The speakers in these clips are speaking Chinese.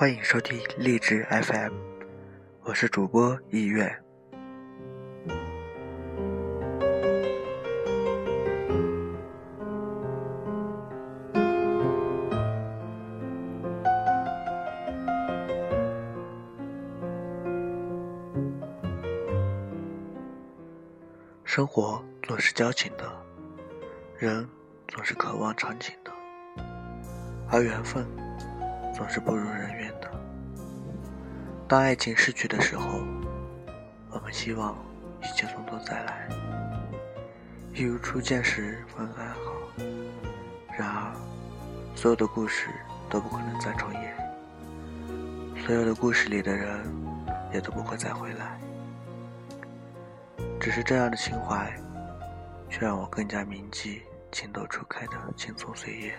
欢迎收听励志 FM， 我是主播意愿。生活总是矫情的，人总是渴望长情的，而缘分总是不如人愿的。当爱情逝去的时候，我们希望一切从头再来，一如初见时分安好。然而，所有的故事都不可能再重演，所有的故事里的人也都不会再回来。只是这样的情怀，却让我更加铭记情窦初开的青葱岁月。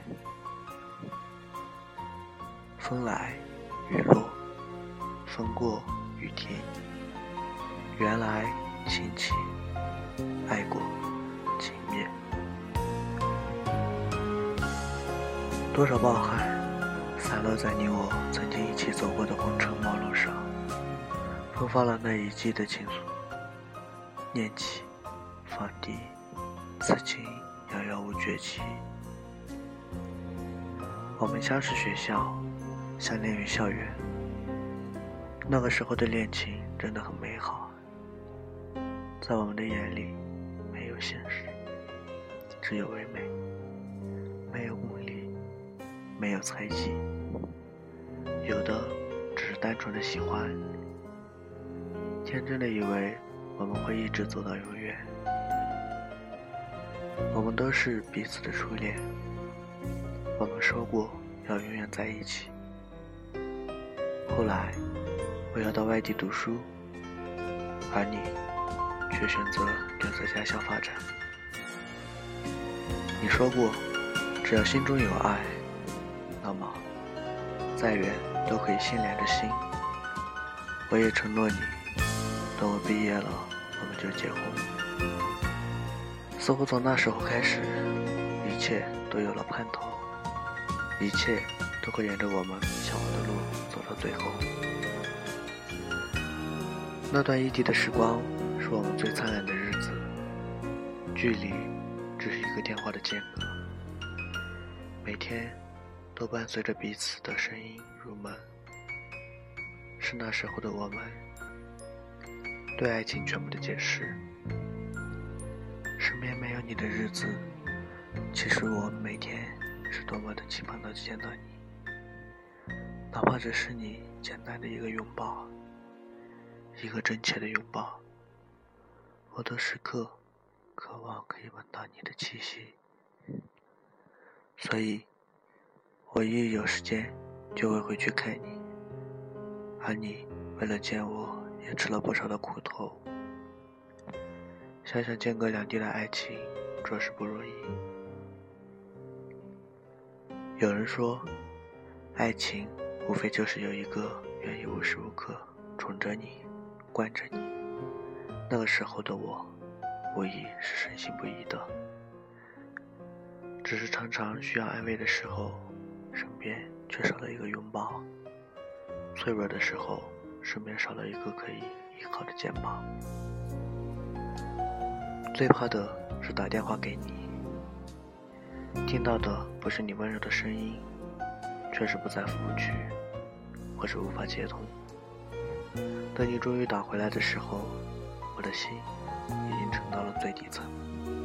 风来雨落，风过雨停，缘来情起，爱过情灭。多少抱憾散落在你我曾经一起走过的红尘陌路上，芬芳了那一季的情愫。念起放低，此情遥遥无绝期。我们相识学校，相恋于校园，那个时候的恋情真的很美好。在我们的眼里，没有现实，只有唯美，没有梦里，没有猜忌，有的只是单纯的喜欢，天真的以为我们会一直走到永远。我们都是彼此的初恋，我们说过要永远在一起。后来我要到外地读书，而你却选择留在家乡发展。你说过只要心中有爱，那么再远都可以心连着心。我也承诺你，等我毕业了，我们就结婚。似乎从那时候开始，一切都有了盼头，一切都会沿着我们向往的路走到最后。那段异地的时光是我们最灿烂的日子，距离只是一个电话的间隔，每天都伴随着彼此的声音入梦。是那时候的我们对爱情全部的解释。身边没有你的日子，其实我每天是多么的期盼的见到你，哪怕只是你简单的一个拥抱，一个真切的拥抱，我都时刻渴望可以闻到你的气息。所以我一有时间就会回去看你，而你为了见我也吃了不少的苦头。想想间隔两地的爱情着实不容易。有人说，爱情无非就是有一个愿意无时无刻宠着你，惯着你。那个时候的我无疑是深信不疑的，只是常常需要安慰的时候，身边却少了一个拥抱，脆弱的时候，身边少了一个可以依靠的肩膀。最怕的是打电话给你，听到的不是你温柔的声音，却是不在服务区，或者无法接通。等你终于打回来的时候，我的心已经沉到了最底层。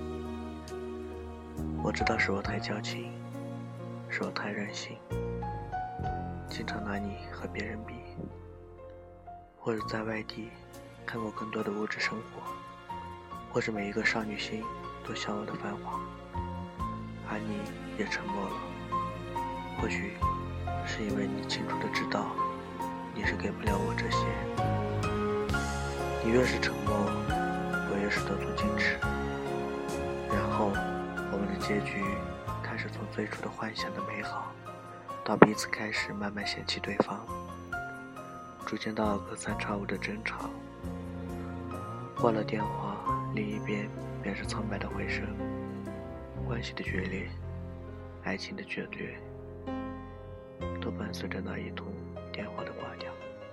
我知道是我太矫情，是我太任性，经常拿你和别人比，或者在外地看过更多的物质生活，或者每一个少女心都向往的繁华，而你也沉默了。或许是因为你清楚的知道，你是给不了我这些。你越是沉默，我越是得寸进尺。然后我们的结局开始从最初的幻想的美好，到彼此开始慢慢嫌弃对方，逐渐到了隔三差五的争吵。挂了电话，另一边便是苍白的回声。关系的决裂，爱情的决绝，都伴随着那一通电话的挂掉。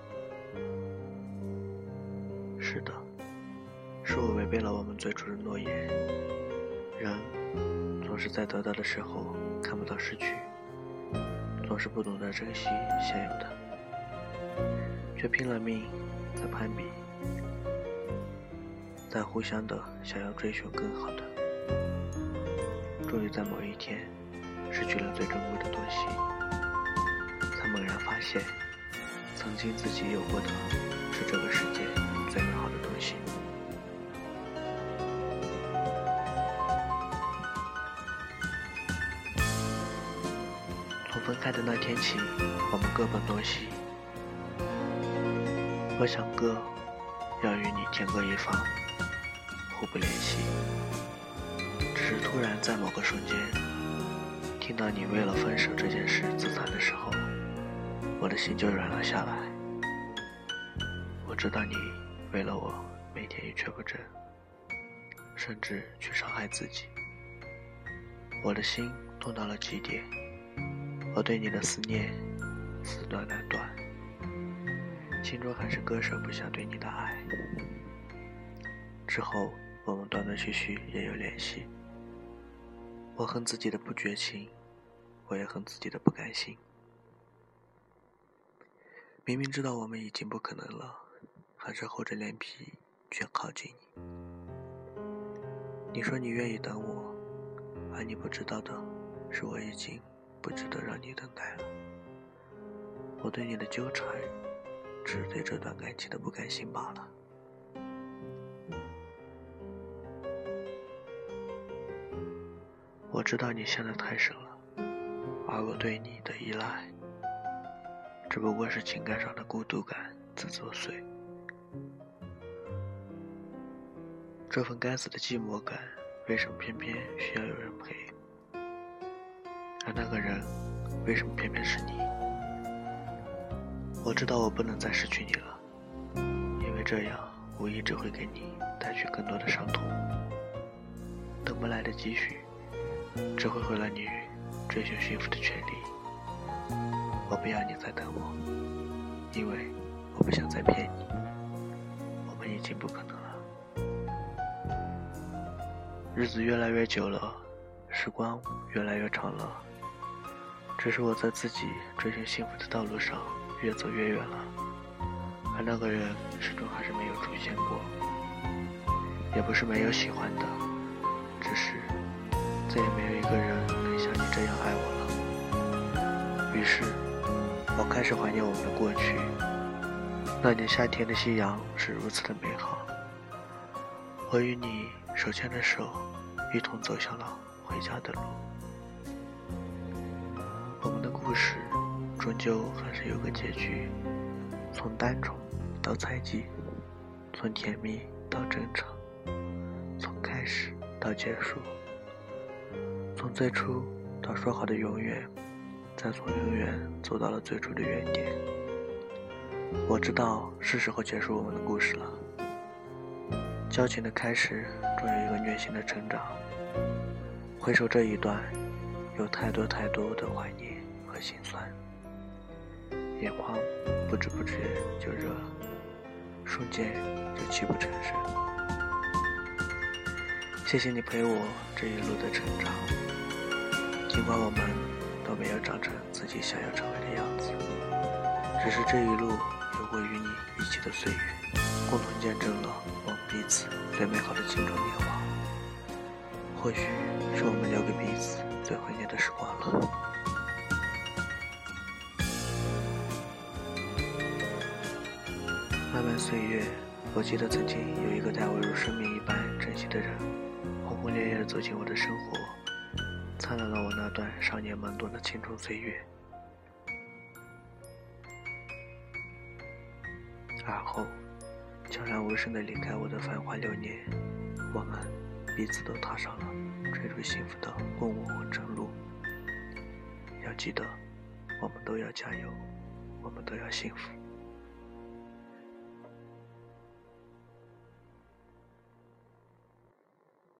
是的，是我违背了我们最初的诺言。人总是在得到的时候看不到失去，总是不懂得珍惜现有的，却拼了命在攀比，在互相的想要追寻更好的，终于在某一天失去了最珍贵的东西，才猛然发现曾经自己有过的是这个世界最美好的东西。从分开的那天起，我们各奔东西。我想歌要与你天各一方，互不联系，只是突然在某个瞬间听到你为了分手这件事自残的时候，我的心就软了下来。我知道你为了我每天一蹶不振，甚至去伤害自己，我的心痛到了极点，我对你的思念丝断难断，心中还是割舍不下对你的爱。之后我们断断续续也有联系，我恨自己的不绝情，我也恨自己的不甘心。明明知道我们已经不可能了，还是厚着脸皮去靠近你。你说你愿意等我，而你不知道的是，我已经不值得让你等待了。我对你的纠缠，只是对这段感情的不甘心罢了。我知道你陷得太深了，而我对你的依赖，只不过是情感上的孤独感在作祟。这份该死的寂寞感，为什么偏偏需要有人陪？而那个人，为什么偏偏是你？我知道我不能再失去你了，因为这样无疑只会给你带去更多的伤痛。等不来的积蓄，只会毁了你追求幸福的权利。我不要你再等我，因为我不想再骗你，我们已经不可能了。日子越来越久了，时光越来越长了，只是我在自己追寻幸福的道路上越走越远了，而那个人始终还是没有出现过。也不是没有喜欢的，只是再也没有一个人能像你这样爱我了。于是我开始怀念我们的过去，那年夏天的夕阳是如此的美好，我与你手牵着手，一同走向了回家的路。我们的故事终究还是有个结局，从单纯到猜忌，从甜蜜到争吵，从开始到结束，从最初到说好的永远，再从永远走到了最初的原点。我知道是时候结束我们的故事了，交情的开始终有一个虐心的成长。回首这一段，有太多太多的怀念和心酸，眼眶不知不觉就热了，瞬间就泣不成声。谢谢你陪我这一路的成长，尽管我们都没有长成自己想要成为的样子，只是这一路有过与你一起的岁月，共同见证了我们彼此最美好的青春年华。或许是我们留给彼此最怀念的时光了。漫漫岁月，我记得曾经有一个待我如生命一般珍惜的人，轰轰烈烈地走进我的生活，灿烂了我那段少年懵懂的青春岁月。而后悄然无声地离开我的繁华流年，我们彼此都踏上了追逐幸福的混混红尘路。要记得，我们都要加油，我们都要幸福。